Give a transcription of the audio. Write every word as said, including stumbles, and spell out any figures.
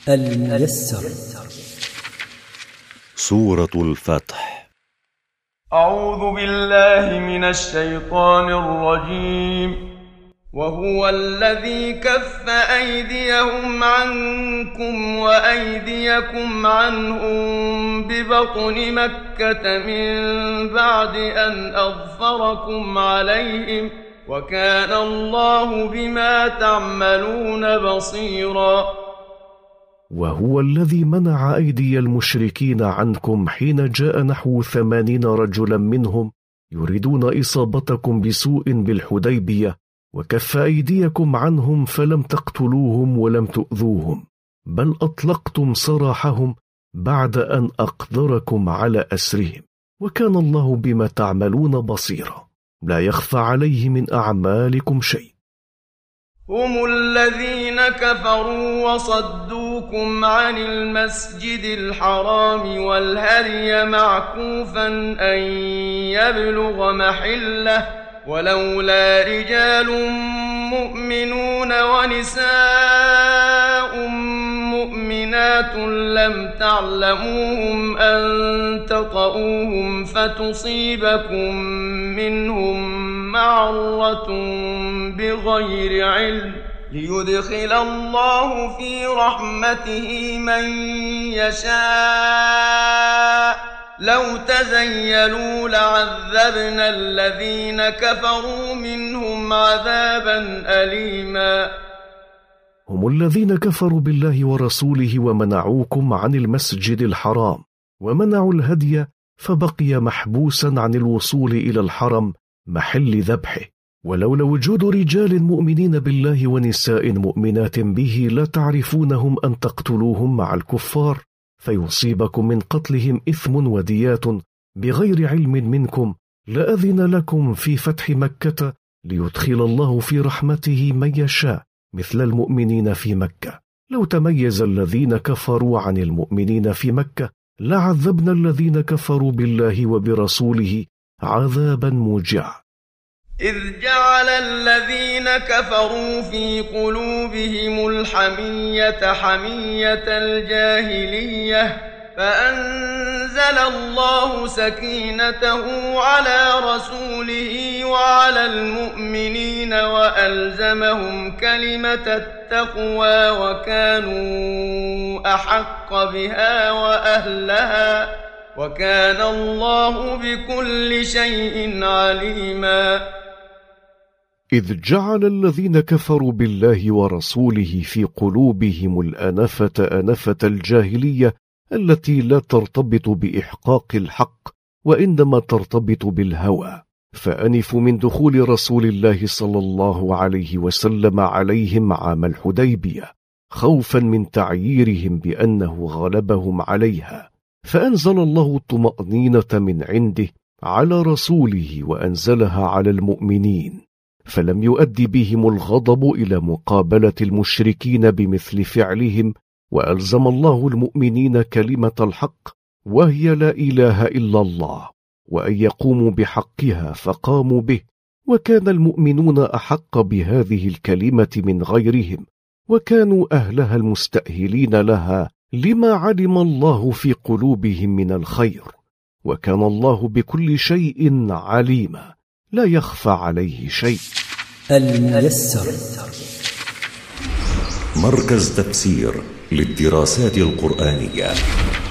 الميسر. سورة الفتح. أعوذ بالله من الشيطان الرجيم. وهو الذي كف أيديهم عنكم وأيديكم عنهم ببطن مكة من بعد أن أظفركم عليهم، وكان الله بما تعملون بصيرا. وهو الذي منع أيدي المشركين عنكم حين جاء نحو ثمانين رجلا منهم يريدون إصابتكم بسوء بالحديبية، وكف أيديكم عنهم فلم تقتلوهم ولم تؤذوهم، بل أطلقتم سراحهم بعد أن أقدركم على أسرهم، وكان الله بما تعملون بصيرا، لا يخفى عليه من أعمالكم شيء. هم الذين كفروا وصدوكم عن المسجد الحرام والهدي معكوفا أن يبلغ محله، ولولا رجال مؤمنون ونساء مؤمنات لم تعلموهم أن تطؤوهم فتصيبكم منهم معرة بغير علم، ليدخل الله في رحمته من يشاء. لو تزيلوا لعذبنا الذين كفروا منهم عذابا أليما. هم الذين كفروا بالله ورسوله ومنعوكم عن المسجد الحرام، ومنعوا الهدي فبقي محبوسا عن الوصول إلى الحرم محل ذبحه، ولولا وجود رجال مؤمنين بالله ونساء مؤمنات به لا تعرفونهم أن تقتلوهم مع الكفار فيصيبكم من قتلهم إثم وديات بغير علم منكم، لأذن لكم في فتح مكة ليدخل الله في رحمته من يشاء مثل المؤمنين في مكة. لو تميز الذين كفروا عن المؤمنين في مكة لعذبنا الذين كفروا بالله وبرسوله عذابا موجعا. إذ جعل الذين كفروا في قلوبهم الحمية حمية الجاهلية، فأنزل الله سكينته على رسوله وعلى المؤمنين وألزمهم كلمة التقوى وكانوا أحق بها وأهلها، وكان الله بكل شيء عليما. إذ جعل الذين كفروا بالله ورسوله في قلوبهم الأنفة أنفة الجاهلية التي لا ترتبط بإحقاق الحق وإنما ترتبط بالهوى، فأنفوا من دخول رسول الله صلى الله عليه وسلم عليهم عام الحديبية خوفا من تعييرهم بأنه غلبهم عليها، فأنزل الله الطمأنينة من عنده على رسوله وأنزلها على المؤمنين، فلم يؤدي بهم الغضب إلى مقابلة المشركين بمثل فعلهم، وألزم الله المؤمنين كلمة الحق وهي لا إله إلا الله، وأن يقوموا بحقها فقاموا به، وكان المؤمنون أحق بهذه الكلمة من غيرهم، وكانوا أهلها المستأهلين لها لما علم الله في قلوبهم من الخير، وكان الله بكل شيء عليما، لا يخفى عليه شيء. الميسر. مركز تفسير للدراسات القرآنية.